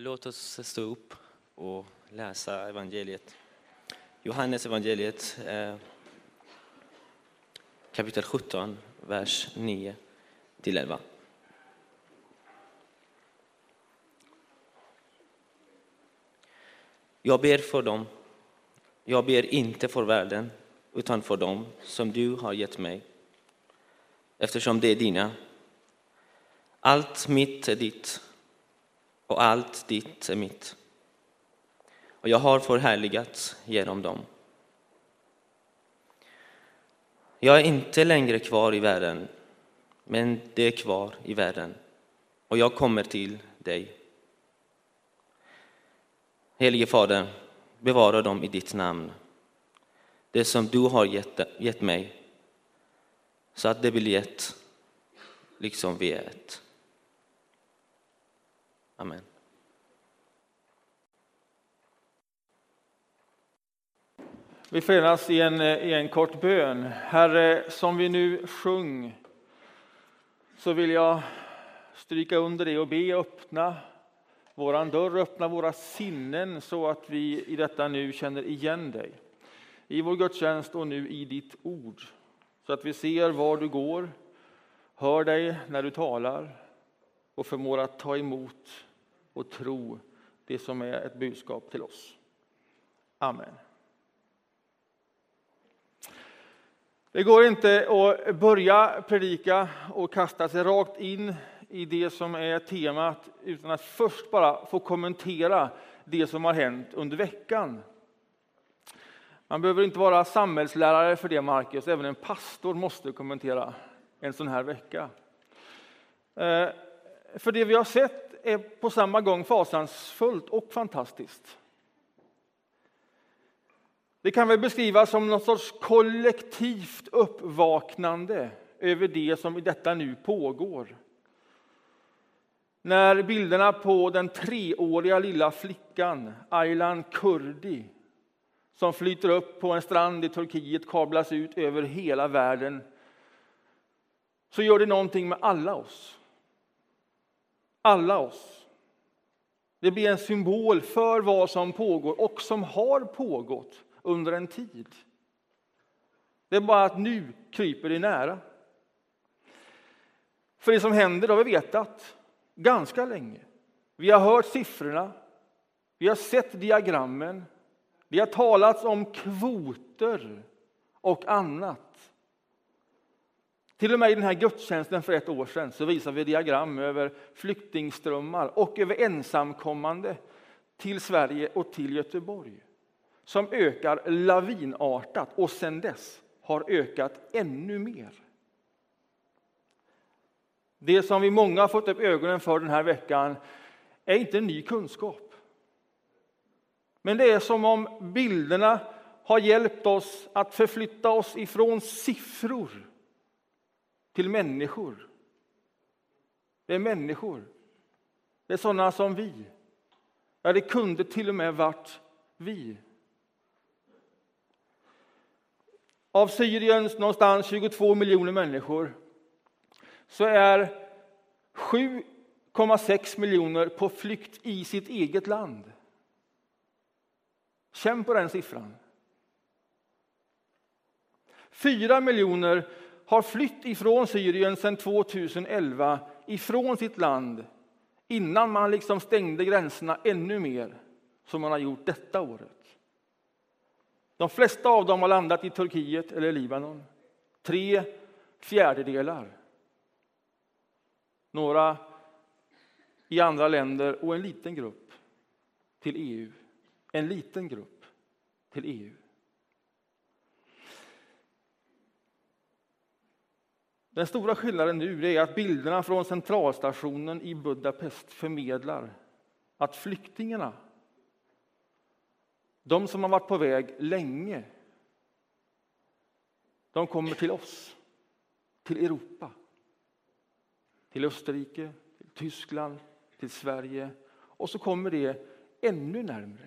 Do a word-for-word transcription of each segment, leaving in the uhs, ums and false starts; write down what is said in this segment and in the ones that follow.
Låt oss stå upp och läsa evangeliet. Johannes evangeliet eh, kapitel sjutton, vers nio till elva. Jag ber för dem. Jag ber inte för världen, utan för dem som du har gett mig, eftersom det är dina. Allt mitt är ditt, och allt ditt är mitt. Och jag har förhärligats genom dem. Jag är inte längre kvar i världen, men det är kvar i världen, och jag kommer till dig. Helige Fader, bevara dem i ditt namn, det som du har gett, gett mig, så att det blir ett, liksom vi är ett. Amen. Vi förenas i en, i en kort bön. Herre, som vi nu sjung, så vill jag stryka under det och be öppna våran dörr, öppna våra sinnen så att vi i detta nu känner igen dig. I vår gudstjänst och nu i ditt ord. Så att vi ser var du går, hör dig när du talar och förmår att ta emot och tro det som är ett budskap till oss. Amen. Det går inte att börja predika och kasta sig rakt in i det som är temat utan att först bara få kommentera det som har hänt under veckan. Man behöver inte vara samhällslärare för det, Marcus. Även en pastor måste kommentera en sån här vecka. För det vi har sett är på samma gång fasansfullt och fantastiskt. Det kan väl beskrivas som något sorts kollektivt uppvaknande över det som i detta nu pågår. När bilderna på den treåriga lilla flickan Aylan Kurdi, som flyter upp på en strand i Turkiet, kablas ut över hela världen, så gör det någonting med alla oss. Alla oss. Det blir en symbol för vad som pågår och som har pågått under en tid. Det är bara att nu kryper det nära. För det som händer har vi vetat ganska länge. Vi har hört siffrorna. Vi har sett diagrammen. Det har talats om kvoter och annat. Till och med i den här gudstjänsten för ett år sedan så visar vi diagram över flyktingströmmar och över ensamkommande till Sverige och till Göteborg. Som ökar lavinartat och sedan dess har ökat ännu mer. Det som vi många har fått upp ögonen för den här veckan är inte ny kunskap. Men det är som om bilderna har hjälpt oss att förflytta oss ifrån siffror till människor. Det är människor. Det är sådana som vi. Ja, det kunde till och med varit vi. Av Syriens någonstans tjugotvå miljoner människor så är sju komma sex miljoner på flykt i sitt eget land. Känn på den siffran. Fyra miljoner har flytt ifrån Syrien sedan tjugoelva, ifrån sitt land, innan man liksom stängde gränserna ännu mer, som man har gjort detta året. De flesta av dem har landat i Turkiet eller Libanon. Tre fjärdedelar. Några i andra länder och en liten grupp till E U. En liten grupp till E U. Den stora skillnaden nu är att bilderna från centralstationen i Budapest förmedlar att flyktingarna, de som har varit på väg länge, de kommer till oss, till Europa, till Österrike, till Tyskland, till Sverige, och så kommer det ännu närmare.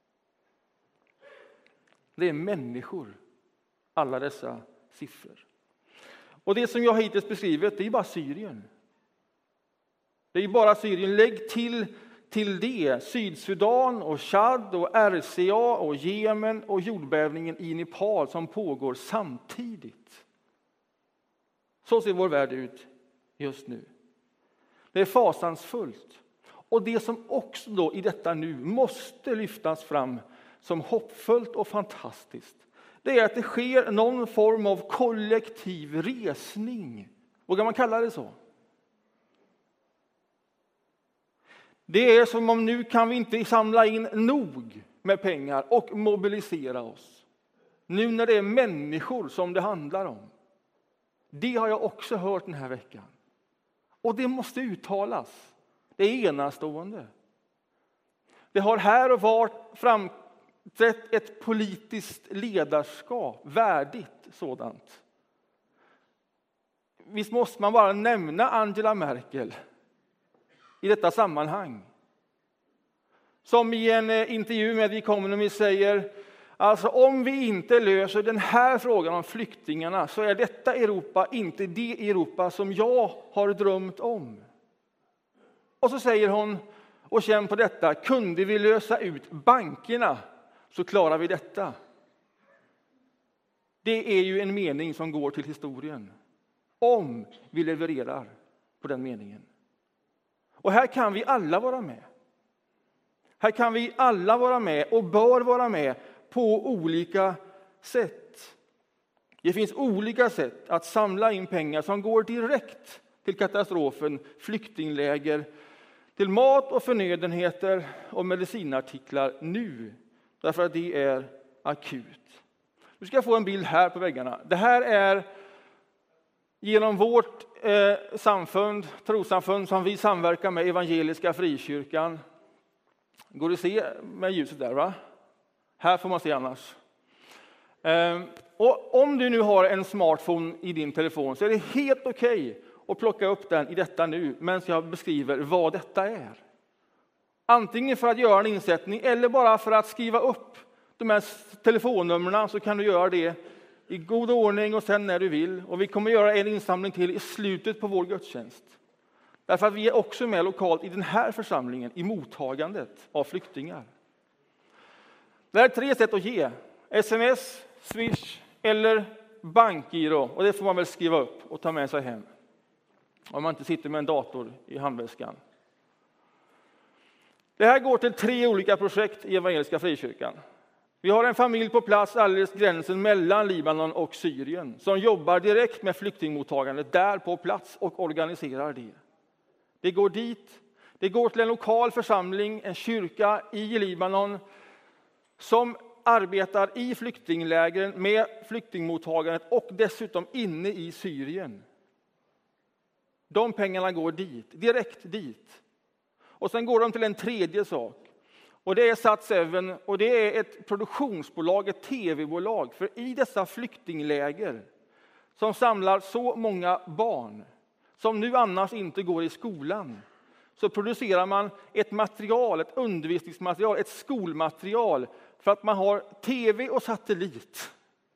Det är människor, alla dessa siffror. Och det som jag hittills beskrivit, det är bara Syrien. Det är bara Syrien. Lägg till till det Sydsudan och Chad och R C A och Jemen och jordbävningen i Nepal som pågår samtidigt. Så ser vår värld ut just nu. Det är fasansfullt. Och det som också då i detta nu måste lyftas fram som hoppfullt och fantastiskt, det är att det sker någon form av kollektiv resning. Vågar man kalla det så? Det är som om nu kan vi inte samla in nog med pengar och mobilisera oss. Nu när det är människor som det handlar om. Det har jag också hört den här veckan. Och det måste uttalas. Det är enastående. Det har här och var framträtt ett politiskt ledarskap, värdigt sådant. Visst måste man bara nämna Angela Merkel i detta sammanhang. Som i en intervju med The Economist säger, alltså om vi inte löser den här frågan om flyktingarna så är detta Europa inte det Europa som jag har drömt om. Och så säger hon, och känn på detta, kunde vi lösa ut bankerna så klarar vi detta. Det är ju en mening som går till historien. Om vi levererar på den meningen. Och här kan vi alla vara med. Här kan vi alla vara med och bör vara med på olika sätt. Det finns olika sätt att samla in pengar som går direkt till katastrofen, flyktingläger, till mat och förnödenheter och medicinartiklar nu. Därför att det är akut. Nu ska jag få en bild här på väggarna. Det här är genom vårt eh, samfund, trossamfund som vi samverkar med, Evangeliska Frikyrkan. Går det att se med ljuset där, va? Här får man se annars. Eh, och om du nu har en smartphone i din telefon så är det helt okej okay att plocka upp den i detta nu medan jag beskriver vad detta är. Antingen för att göra en insättning eller bara för att skriva upp de här telefonnumren, så kan du göra det i god ordning och sen när du vill. Och vi kommer göra en insamling till i slutet på vår gudstjänst. Därför att vi är också med lokalt i den här församlingen i mottagandet av flyktingar. Det är tre sätt att ge. Sms, Swish eller bankgiro. Och det får man väl skriva upp och ta med sig hem. Om man inte sitter med en dator i handväskan. Det här går till tre olika projekt i Evangeliska Frikyrkan. Vi har en familj på plats alldeles gränsen mellan Libanon och Syrien som jobbar direkt med flyktingmottagandet där på plats och organiserar det. Det går dit. Det går till en lokal församling, en kyrka i Libanon som arbetar i flyktinglägren med flyktingmottagandet och dessutom inne i Syrien. De pengarna går dit, direkt dit. Och sen går de till en tredje sak. Och det är Sats Seven och det är ett produktionsbolag, ett tv-bolag. För i dessa flyktingläger som samlar så många barn som nu annars inte går i skolan, så producerar man ett material, ett undervisningsmaterial, ett skolmaterial för att man har tv och satellit.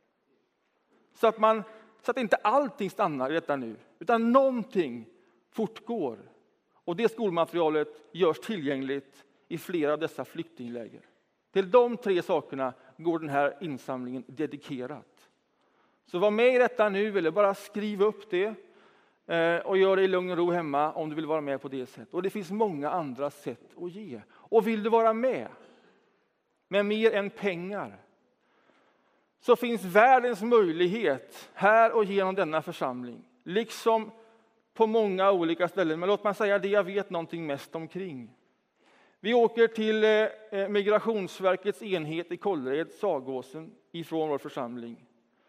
Så att, man, så att inte allting stannar i detta nu, utan någonting fortgår. Och det skolmaterialet görs tillgängligt i flera av dessa flyktingläger. Till de tre sakerna går den här insamlingen dedikerat. Så var med i detta nu, eller bara skriv upp det och gör det i lugn och ro hemma om du vill vara med på det sättet. Och det finns många andra sätt att ge. Och vill du vara med med mer än pengar, så finns världens möjlighet här och genom denna församling. Liksom på många olika ställen. Men låt mig säga det jag vet någonting mest omkring. Vi åker till eh, Migrationsverkets enhet i Kållered, Sagåsen, ifrån vår församling.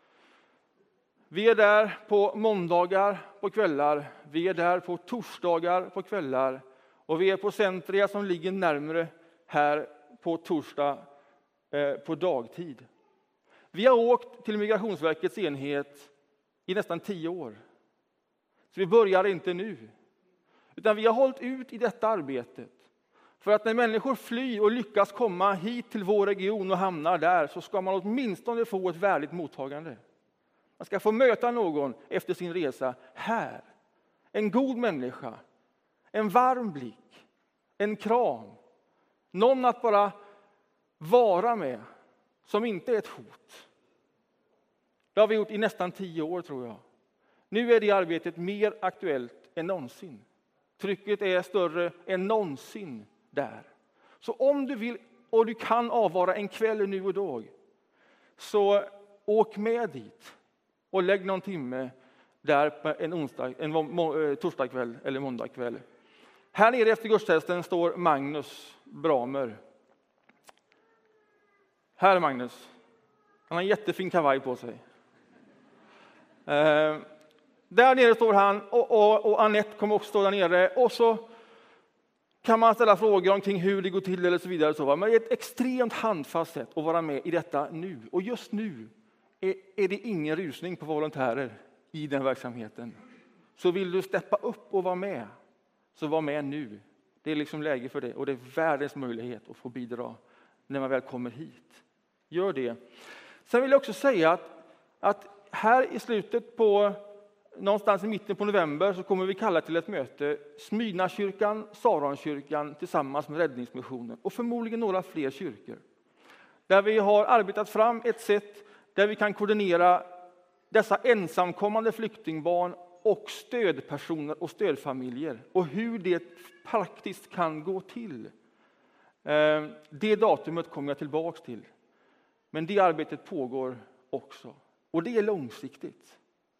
Vi är där på måndagar på kvällar. Vi är där på torsdagar på kvällar. Och vi är på Centria som ligger närmare här på torsdag eh, på dagtid. Vi har åkt till Migrationsverkets enhet i nästan tio år. Så vi börjar inte nu. Utan vi har hållit ut i detta arbetet. För att när människor flyr och lyckas komma hit till vår region och hamnar där, så ska man åtminstone få ett värdigt mottagande. Man ska få möta någon efter sin resa här. En god människa, en varm blick, en kram, Någon att bara vara med, som inte är ett hot. Det har vi gjort i nästan tio år, tror jag. Nu är det arbetet mer aktuellt än någonsin. Trycket är större än någonsin där. Så om du vill och du kan avvara en kväll nu och då, så åk med dit och lägg någon timme där på en, onsdag, en torsdagkväll eller måndagkväll. Här nere efter gudstjänsten står Magnus Bramer. Här är Magnus. Han har en jättefin kavaj på sig. Eh, där nere står han och, och, och Annette kommer också stå där nere. Och så kan man ställa frågor omkring hur det går till eller så vidare. Så, va? Men det är ett extremt handfast sätt att vara med i detta nu. Och just nu är, är det ingen rusning på volontärer i den verksamheten. Så vill du steppa upp och vara med, så var med nu. Det är liksom läge för det och det är världens möjlighet att få bidra när man väl kommer hit. Gör det. Sen vill jag också säga att, att här i slutet på, någonstans i mitten på november, så kommer vi kalla till ett möte Smyrnakyrkan, Saronkyrkan tillsammans med Räddningsmissionen och förmodligen några fler kyrkor. Där vi har arbetat fram ett sätt där vi kan koordinera dessa ensamkommande flyktingbarn och stödpersoner och stödfamiljer och hur det praktiskt kan gå till. Det datumet kommer jag tillbaka till. Men det arbetet pågår också. Och det är långsiktigt.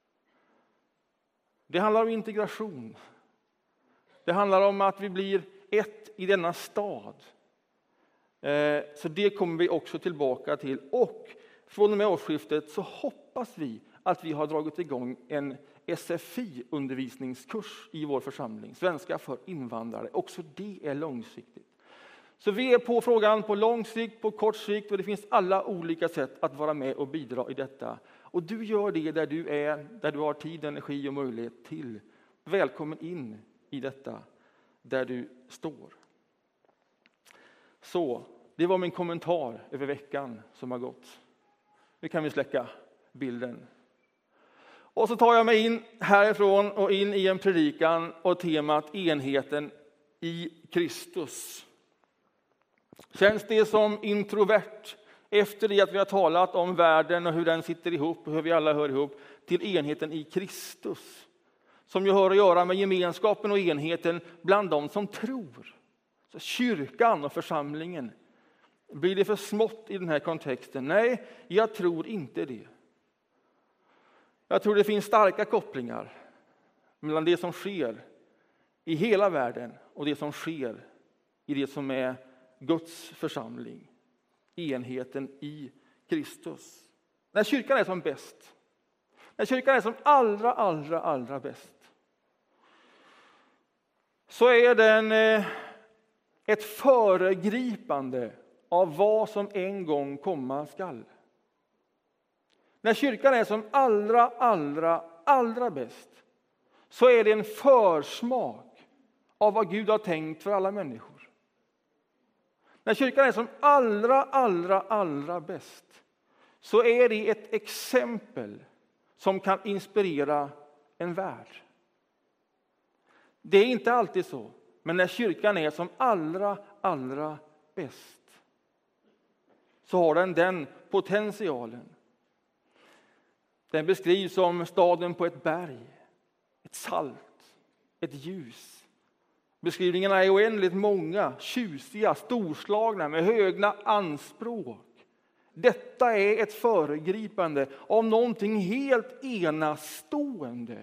Det handlar om integration. Det handlar om att vi blir ett i denna stad. Så det kommer vi också tillbaka till. Och från och med årsskiftet så hoppas vi att vi har dragit igång en S F I-undervisningskurs i vår församling. Svenska för invandrare. Också det är långsiktigt. Så vi är på frågan på lång sikt, på kort sikt, och det finns alla olika sätt att vara med och bidra i detta. Och du gör det där du är, där du har tid, energi och möjlighet till. Välkommen in i detta där du står. Så, det var min kommentar över veckan som har gått. Nu kan vi släcka bilden. Och så tar jag mig in härifrån och in i en predikan och temat enheten i Kristus. Känns det som introvert efter det att vi har talat om världen och hur den sitter ihop och hur vi alla hör ihop till enheten i Kristus? Som ju har att göra med gemenskapen och enheten bland de som tror. Så kyrkan och församlingen. Blir det för smått i den här kontexten? Nej, jag tror inte det. Jag tror det finns starka kopplingar mellan det som sker i hela världen och det som sker i det som är Guds församling. Enheten i Kristus. När kyrkan är som bäst. När kyrkan är som allra, allra, allra bäst. Så är den ett föregripande av vad som en gång komma skall. När kyrkan är som allra, allra, allra bäst, så är det en försmak av vad Gud har tänkt för alla människor. När kyrkan är som allra, allra, allra bäst, så är det ett exempel som kan inspirera en värld. Det är inte alltid så, men när kyrkan är som allra, allra bäst, så har den den potentialen. Den beskrivs som staden på ett berg, ett salt, ett ljus. Beskrivningarna är oändligt många, tjusiga, storslagna med höga anspråk. Detta är ett föregripande av någonting helt enastående.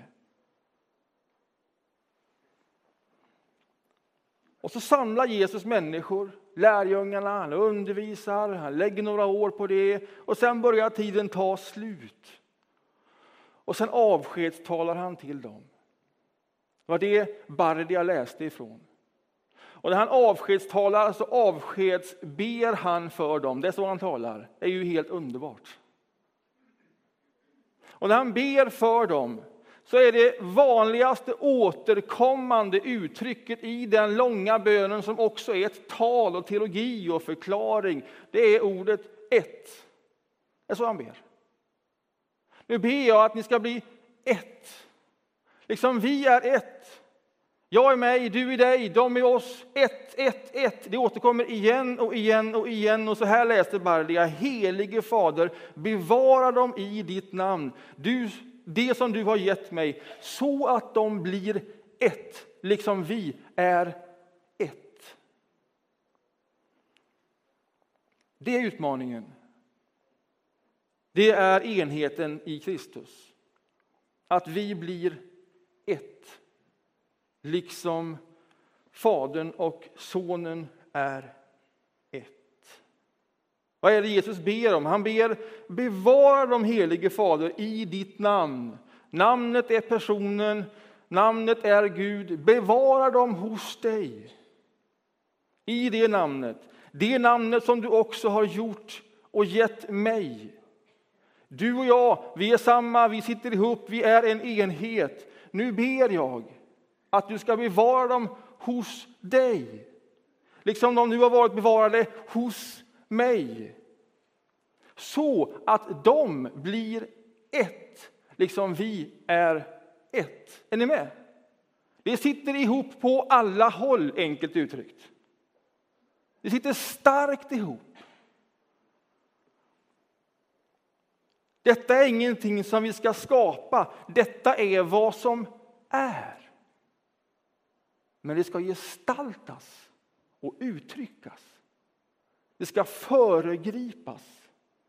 Och så samlar Jesus människor, lärjungarna, han undervisar, han lägger några år på det och sen börjar tiden ta slut. Och sen avskedstalar han till dem. Det var det Bardia läste ifrån. Och när han avskedstalar så avskedsber han för dem. Det är så han talar. Det är ju helt underbart. Och när han ber för dem så är det vanligaste återkommande uttrycket i den långa bönen, som också är ett tal och teologi och förklaring. Det är ordet ett. Det är så han ber. Nu ber jag att ni ska bli ett. Liksom vi är ett. Jag är mig, du är dig, de är oss. Ett, ett, ett. Det återkommer igen och igen och igen. Och så här läste Bardia: helige Fader, bevara dem i ditt namn. Du, det som du har gett mig, så att de blir ett, liksom vi är ett. Det är utmaningen. Det är enheten i Kristus. Att vi blir ett. Liksom Fadern och Sonen är ett. Vad är det Jesus ber om? Han ber: bevara dem, helige Fader, i ditt namn. Namnet är personen, namnet är Gud. Bevara dem hos dig. I det namnet. Det namnet som du också har gjort och gett mig. Du och jag, vi är samma, vi sitter ihop, vi är en enhet. Nu ber jag att du ska bevara dem hos dig. Liksom de nu har varit bevarade hos mig. Så att de blir ett, liksom vi är ett. Är ni med? Det sitter ihop på alla håll, enkelt uttryckt. Det sitter starkt ihop. Detta är ingenting som vi ska skapa. Detta är vad som är. Men det ska gestaltas och uttryckas. Det ska föregripas.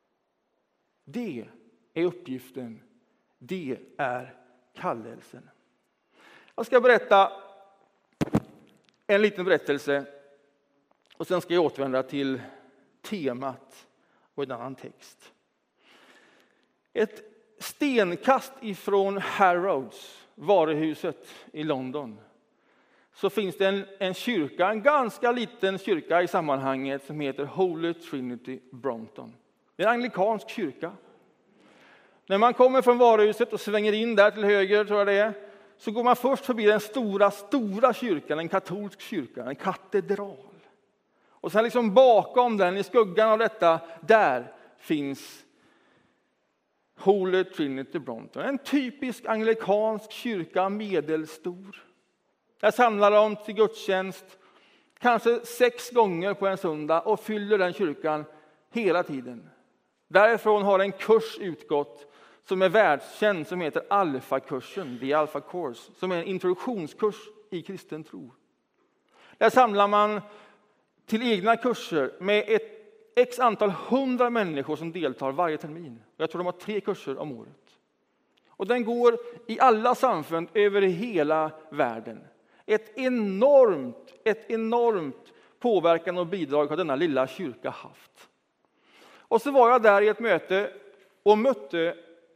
Det är uppgiften. Det är kallelsen. Jag ska berätta en liten berättelse. Och sen ska jag återvända till temat och en annan text. Ett stenkast ifrån Harrods, varuhuset i London, så finns det en, en kyrka, en ganska liten kyrka i sammanhanget, som heter Holy Trinity Brompton. Det är en anglikansk kyrka. När man kommer från varuhuset och svänger in där till höger, tror jag det är, så går man först förbi den stora, stora kyrkan, en katolsk kyrka, en katedral. Och sen liksom bakom den, i skuggan av detta, där finns Holy Trinity Brompton. En typisk anglikansk kyrka, medelstor. Där samlar de till gudstjänst kanske sex gånger på en söndag och fyller den kyrkan hela tiden. Därifrån har en kurs utgått som är världskänd, som heter Alfa-kursen, The Alpha Course, som är en introduktionskurs i kristen tro. Där samlar man till egna kurser med ett x antal hundra människor som deltar varje termin. Jag tror de har tre kurser om året. Och den går i alla samfund över hela världen. Ett enormt, ett enormt påverkan och bidrag har denna lilla kyrka haft. Och så var jag där i ett möte och mötte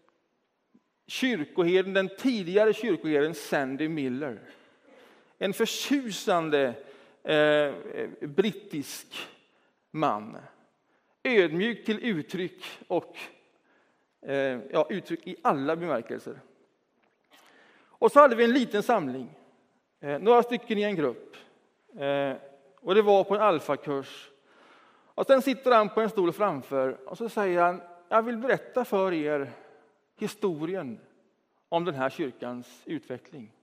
kyrkoherden, den tidigare kyrkoherden Sandy Miller. En förtjusande eh, brittisk man. Ödmjuk till uttryck och eh, ja, uttryck i alla bemärkelser. Och så hade vi en liten samling. Eh, några stycken i en grupp. Eh, och det var på en alfakurs. Och sen sitter han på en stol framför och så säger han: jag vill berätta för er historien om den här kyrkans utveckling.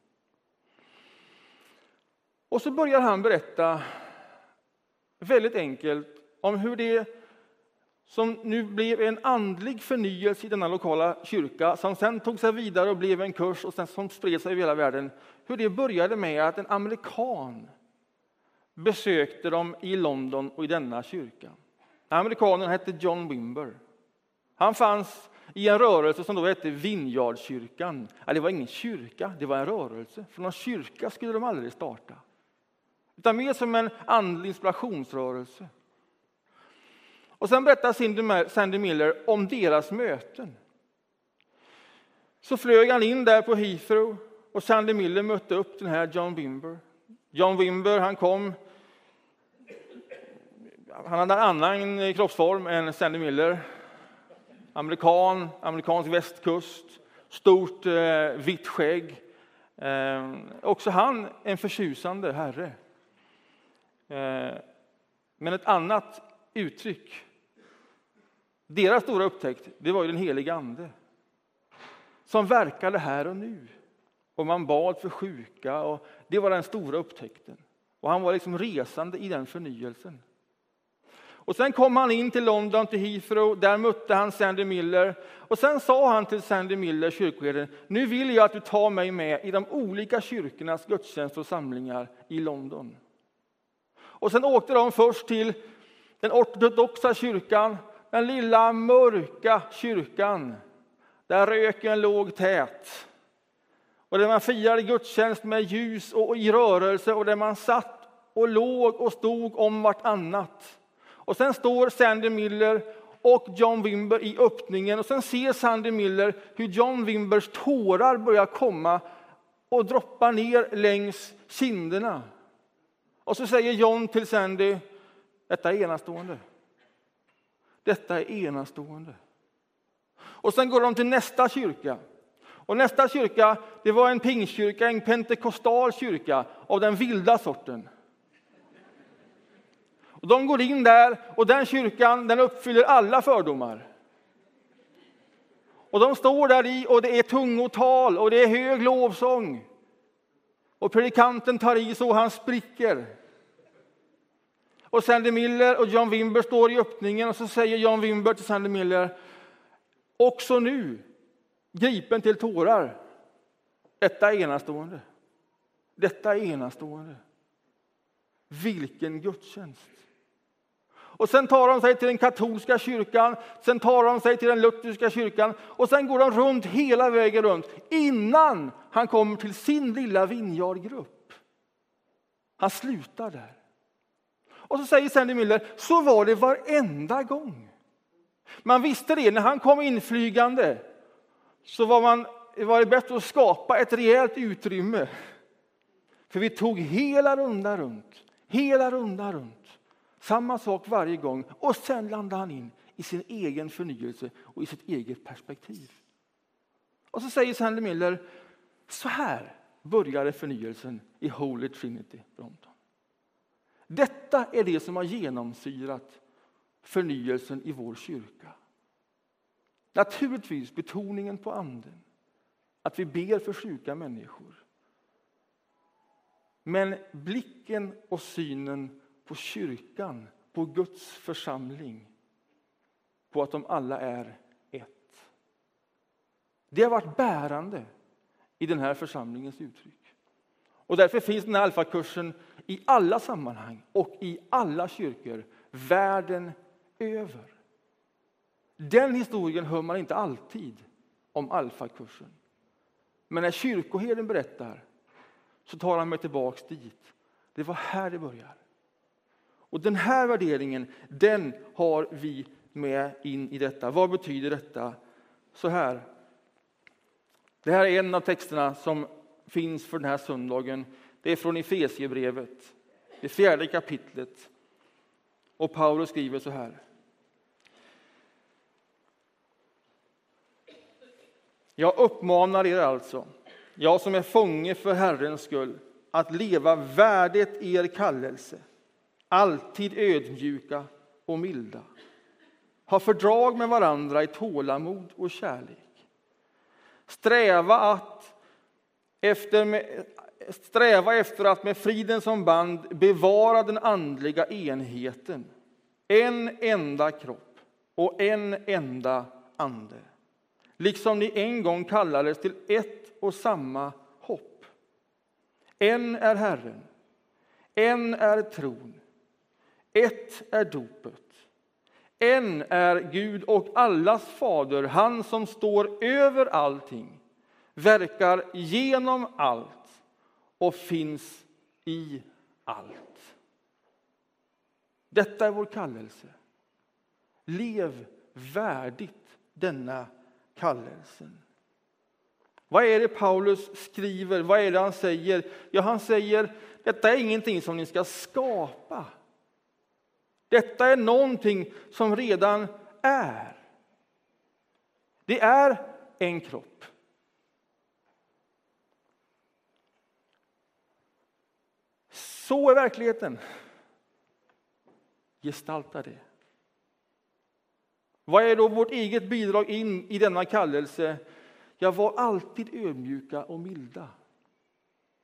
Och så börjar han berätta väldigt enkelt om hur det som nu blev en andlig förnyelse i denna lokala kyrka, som sen tog sig vidare och blev en kurs och sen som spred sig över hela världen, hur det började med att en amerikan besökte dem i London och i denna kyrka. Amerikanen hette John Wimber. Han fanns i en rörelse som då hette Vineyardkyrkan. Ja, det var ingen kyrka, det var en rörelse. För någon kyrka skulle de aldrig starta. Utan mer som en andlig inspirationsrörelse. Och sen berättar Sandy Miller om deras möten. Så flög han in där på Heathrow och Sandy Miller mötte upp den här John Wimber. John Wimber, han kom. Han hade en annan kroppsform än Sandy Miller. Amerikan, amerikansk västkust, stort eh, vitt skägg. Eh, också han en förtjusande herre. Eh, men ett annat uttryck. Deras stora upptäckt, det var ju den heliga ande. Som verkade här och nu. Och man bad för sjuka. Och det var den stora upptäckten. Och han var liksom resande i den förnyelsen. Och sen kom han in till London, till Heathrow. Där mötte han Sandy Miller. Och sen sa han till Sandy Miller, kyrkoherden: nu vill jag att du tar mig med i de olika kyrkornas gudstjänster och samlingar i London. Och sen åkte de först till den ortodoxa kyrkan. Den lilla mörka kyrkan. Där röken låg tät. Och där man firade gudstjänst med ljus och i rörelse. Och där man satt och låg och stod om vartannat. Och sen står Sandy Miller och John Wimber i öppningen. Och sen ser Sandy Miller hur John Wimbers tårar börjar komma och droppa ner längs kinderna. Och så säger John till Sandy: detta är enastående. Detta är enastående. Och sen går de till nästa kyrka. Och nästa kyrka, det var en pingstkyrka, en pentekostal kyrka av den vilda sorten. Och de går in där, och den kyrkan, den uppfyller alla fördomar. Och de står där i, och det är tungotal och det är hög lovsång. Och predikanten tar i så han spricker. Och Sandy Miller och John Wimber står i öppningen, och så säger John Wimber till Sandy Miller: också nu, gripen till tårar, detta är enastående. Detta är enastående. Vilken gudstjänst. Och sen tar de sig till den katolska kyrkan, sen tar de sig till den lutherska kyrkan, och sen går de runt hela vägen runt innan han kommer till sin lilla vinjardgrupp. Han slutar där. Och så säger Sandy Miller: så var det varenda gång. Man visste det, när han kom inflygande så var, man, var det bättre att skapa ett rejält utrymme. För vi tog hela runda runt, hela runda runt. Samma sak varje gång. Och sen landade han in i sin egen förnyelse och i sitt eget perspektiv. Och så säger Sandy Miller: så här började förnyelsen i Holy Trinity Brompton. Detta är det som har genomsyrat förnyelsen i vår kyrka. Naturligtvis betoningen på anden. Att vi ber för sjuka människor. Men blicken och synen på kyrkan, på Guds församling, på att de alla är ett. Det har varit bärande i den här församlingens uttryck. Och därför finns den här alfakursen i alla sammanhang och i alla kyrkor världen över. Den historien hör man inte alltid om alfakursen. Men när kyrkoherden berättar så tar han mig tillbaks dit. Det var här det börjar. Och den här värderingen, den har vi med in i detta. Vad betyder detta? Så här. Det här är en av texterna som finns för den här söndagen. Det är från Efesierbrevet, det fjärde kapitlet. Och Paulus skriver så här: jag uppmanar er alltså, jag som är fånge för Herrens skull, att leva värdigt er kallelse, alltid ödmjuka och milda. Ha fördrag med varandra i tålamod och kärlek. Sträva att efter med, sträva efter att med friden som band bevara den andliga enheten. En enda kropp och en enda ande. Liksom ni en gång kallades till ett och samma hopp. En är Herren, en är tron, ett är dopet. En är Gud och allas fader, han som står över allting, verkar genom allt och finns i allt. Detta är vår kallelse. Lev värdigt denna kallelsen. Vad är det Paulus skriver? Vad är det han säger? Ja, han säger, detta är ingenting som ni ska skapa. Detta är någonting som redan är. Det är en kropp. Så är verkligheten. Gestalta det. Vad är då vårt eget bidrag in i denna kallelse? Ja, var alltid ödmjuka och milda.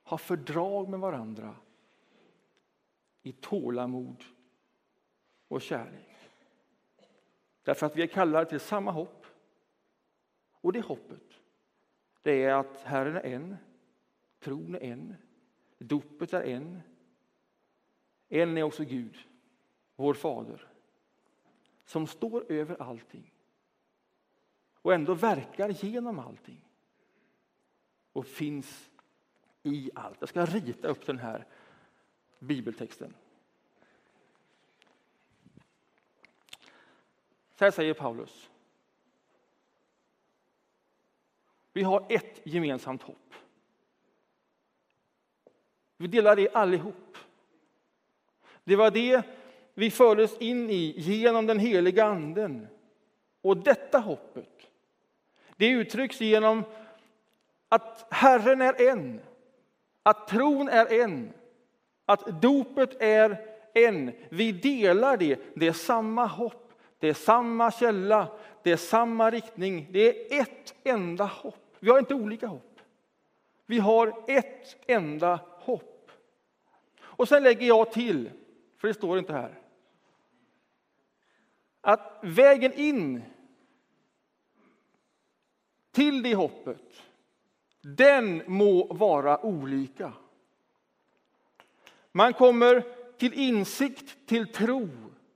ha fördrag med varandra i tålamod och kärlek. Därför att vi är kallade till samma hopp. Och det hoppet, det är att Herren är en, tron är en, dopet är en. En är också Gud, vår fader, som står över allting och ändå verkar genom allting och finns i allt. Jag ska rita upp den här bibeltexten. Så här säger Paulus. Vi har ett gemensamt hopp. Vi delar det allihop. Det var det vi fördes in i genom den heliga anden. Och detta hoppet, det uttrycks genom att Herren är en, att tron är en, att dopet är en. Vi delar det, det är samma hopp, det är samma källa, det är samma riktning. Det är ett enda hopp. Vi har inte olika hopp. Vi har ett enda hopp. Och sen lägger jag till, för det står inte här, att vägen in till det hoppet, den må vara olika. Man kommer till insikt, till tro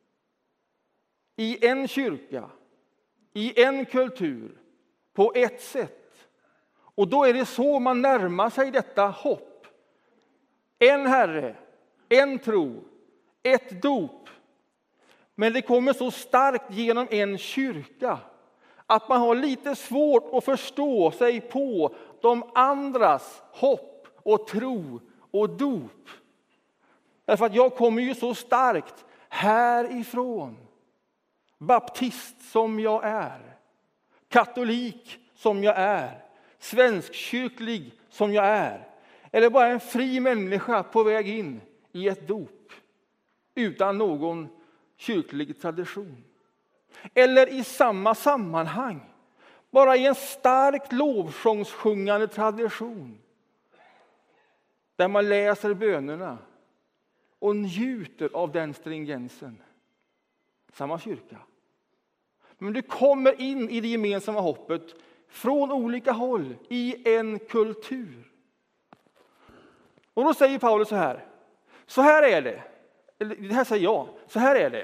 i en kyrka, i en kultur, på ett sätt. Och då är det så man närmar sig detta hopp. En Herre, en tro, ett dop. Men det kommer så starkt genom en kyrka att man har lite svårt att förstå sig på de andras hopp och tro och dop. Därför att jag kommer ju så starkt härifrån. Baptist som jag är. Katolik som jag är. Svenskkyrklig som jag är. Eller bara en fri människa på väg in i ett dop. Utan någon kyrklig tradition. Eller i samma sammanhang. Bara i en starkt lovsångssjungande tradition. Där man läser bönerna. Och njuter av den stringensen. Samma kyrka. Men du kommer in i det gemensamma hoppet. Från olika håll. I en kultur. Och då säger Paulus så här. Så här är det. Det här säger jag. Så här är det.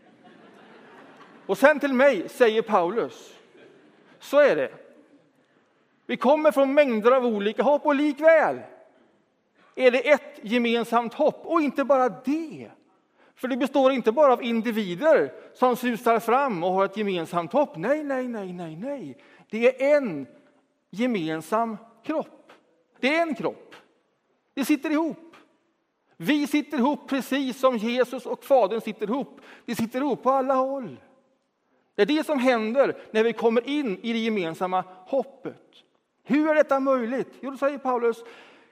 Och sen till mig säger Paulus. Så är det. Vi kommer från mängder av olika hopp och likväl är det ett gemensamt hopp. Och inte bara det. För det består inte bara av individer som susar fram och har ett gemensamt hopp. Nej, nej, nej, nej, nej. Det är en gemensam kropp. Det är en kropp. Det sitter ihop. Vi sitter ihop precis som Jesus och Fadern sitter ihop. Det sitter ihop på alla håll. Det är det som händer när vi kommer in i det gemensamma hoppet. Hur är detta möjligt? Jo, då säger Paulus,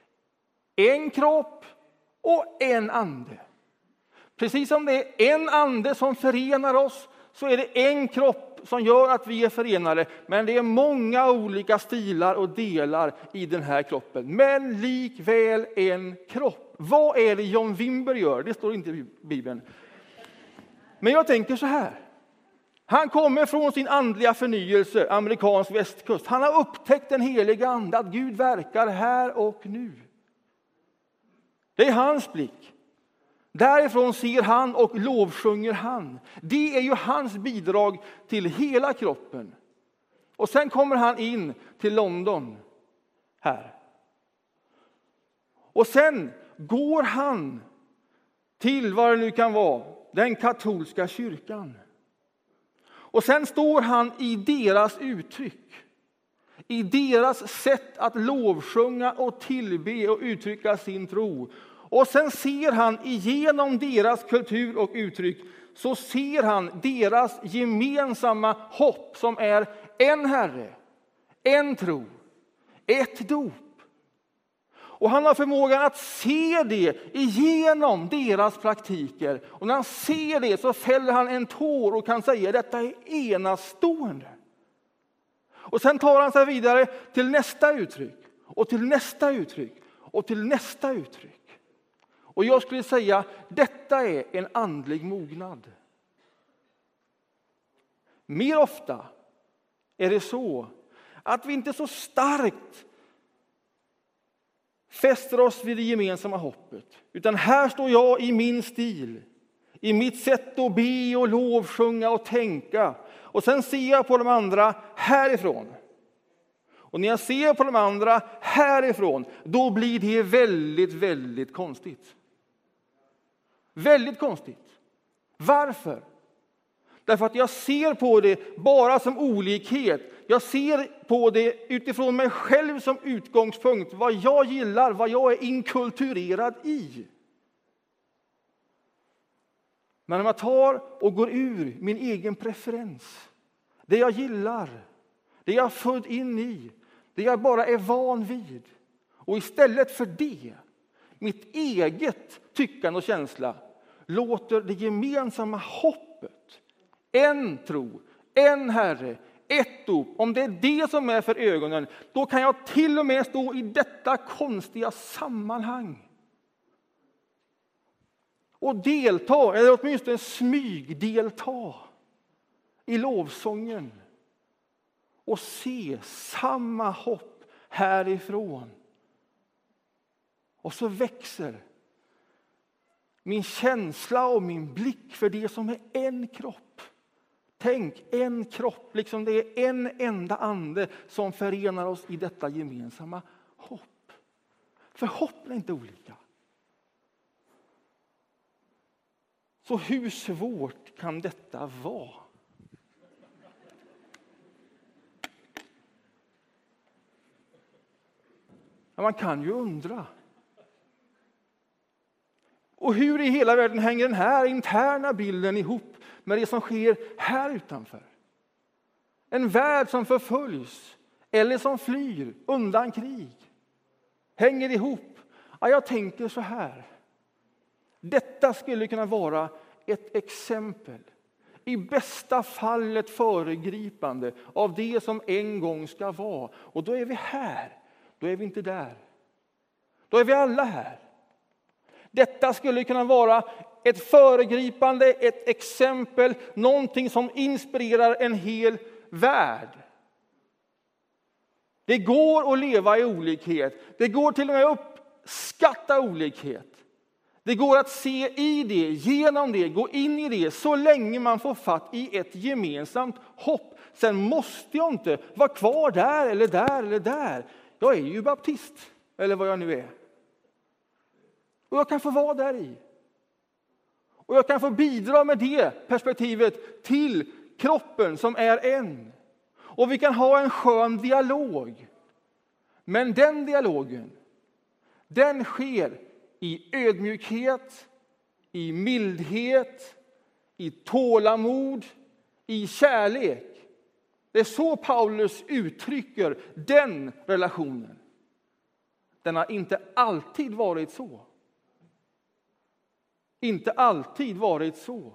en kropp och en ande. Precis som det är en ande som förenar oss, så är det en kropp som gör att vi är förenade. Men det är många olika stilar och delar i den här kroppen. Men likväl en kropp. Vad är det John Wimber gör? Det står inte i Bibeln. Men jag tänker så här. Han kommer från sin andliga förnyelse, amerikansk västkust. Han har upptäckt den heliga ande, att Gud verkar här och nu. Det är hans blick. Därifrån ser han och lovsjunger han. Det är ju hans bidrag till hela kroppen. Och sen kommer han in till London här. Och sen går han till vad det nu kan vara, den katolska kyrkan. Och sen står han i deras uttryck. I deras sätt att lovsjunga och tillbe och uttrycka sin tro. Och sen ser han igenom deras kultur och uttryck, så ser han deras gemensamma hopp som är en Herre, en tro, ett dop. Och han har förmågan att se det igenom deras praktiker. Och när han ser det så fäller han en tår och kan säga, detta är enastående. Och sen tar han sig vidare till nästa uttryck och till nästa uttryck. och till nästa uttryck. Och jag skulle säga, detta är en andlig mognad. Mer ofta är det så att vi inte så starkt fäster oss vid det gemensamma hoppet. Utan här står jag i min stil, i mitt sätt att be och lovsjunga och tänka. Och sen ser jag på de andra härifrån. Och när jag ser på de andra härifrån, då blir det väldigt, väldigt konstigt. Väldigt konstigt. Varför? Därför att jag ser på det bara som olikhet. Jag ser på det utifrån mig själv som utgångspunkt. Vad jag gillar, vad jag är inkulturerad i. Men när man tar och går ur min egen preferens, det jag gillar, det jag är född in i, det jag bara är van vid. Och istället för det, mitt eget tyckande och känsla, låter det gemensamma hoppet, en tro, en Herre, ett dop, om det är det som är för ögonen, då kan jag till och med stå i detta konstiga sammanhang och delta, eller åtminstone smygdelta i lovsången och se samma hopp härifrån. Och så växer min känsla och min blick för det som är en kropp. Tänk, en kropp, liksom det är en enda ande som förenar oss i detta gemensamma hopp. För hopp är inte olika. Så hur svårt kan detta vara? Ja, man kan ju undra. Och hur i hela världen hänger den här interna bilden ihop med det som sker här utanför? En värld som förföljs eller som flyr undan krig. Hänger ihop. Ja, jag tänker så här. Detta skulle kunna vara ett exempel. I bästa fall ett föregripande av det som en gång ska vara. Och då är vi här. Då är vi inte där. Då är vi alla här. Detta skulle kunna vara ett föregripande, ett exempel, någonting som inspirerar en hel värld. Det går att leva i olikhet. Det går till och med att uppskatta olikhet. Det går att se i det, genom det, gå in i det så länge man får fatt i ett gemensamt hopp. Sen måste jag inte vara kvar där eller där eller där. Jag är ju baptist, eller vad jag nu är. Och jag kan få vara där i. Och jag kan få bidra med det perspektivet till kroppen som är en. Och vi kan ha en skön dialog. Men den dialogen, den sker i ödmjukhet, i mildhet, i tålamod, i kärlek. Det är så Paulus uttrycker den relationen. Den har inte alltid varit så. Inte alltid varit så.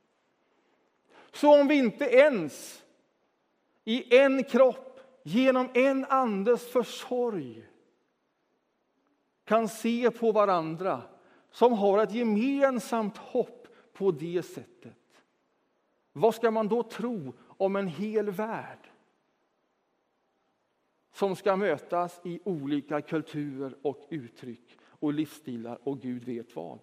Så om vi inte ens i en kropp, genom en andes försorg kan se på varandra som har ett gemensamt hopp på det sättet. Vad ska man då tro om en hel värld som ska mötas i olika kulturer och uttryck och livsstilar och Gud vet vad?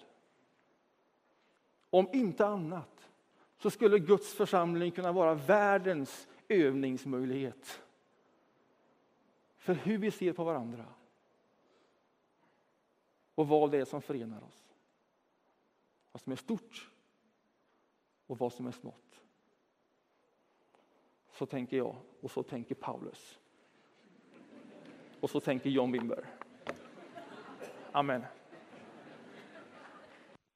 Om inte annat så skulle Guds församling kunna vara världens övningsmöjlighet för hur vi ser på varandra och vad det är som förenar oss. Vad som är stort och vad som är smått. Så tänker jag och så tänker Paulus. Och så tänker John Wimber. Amen.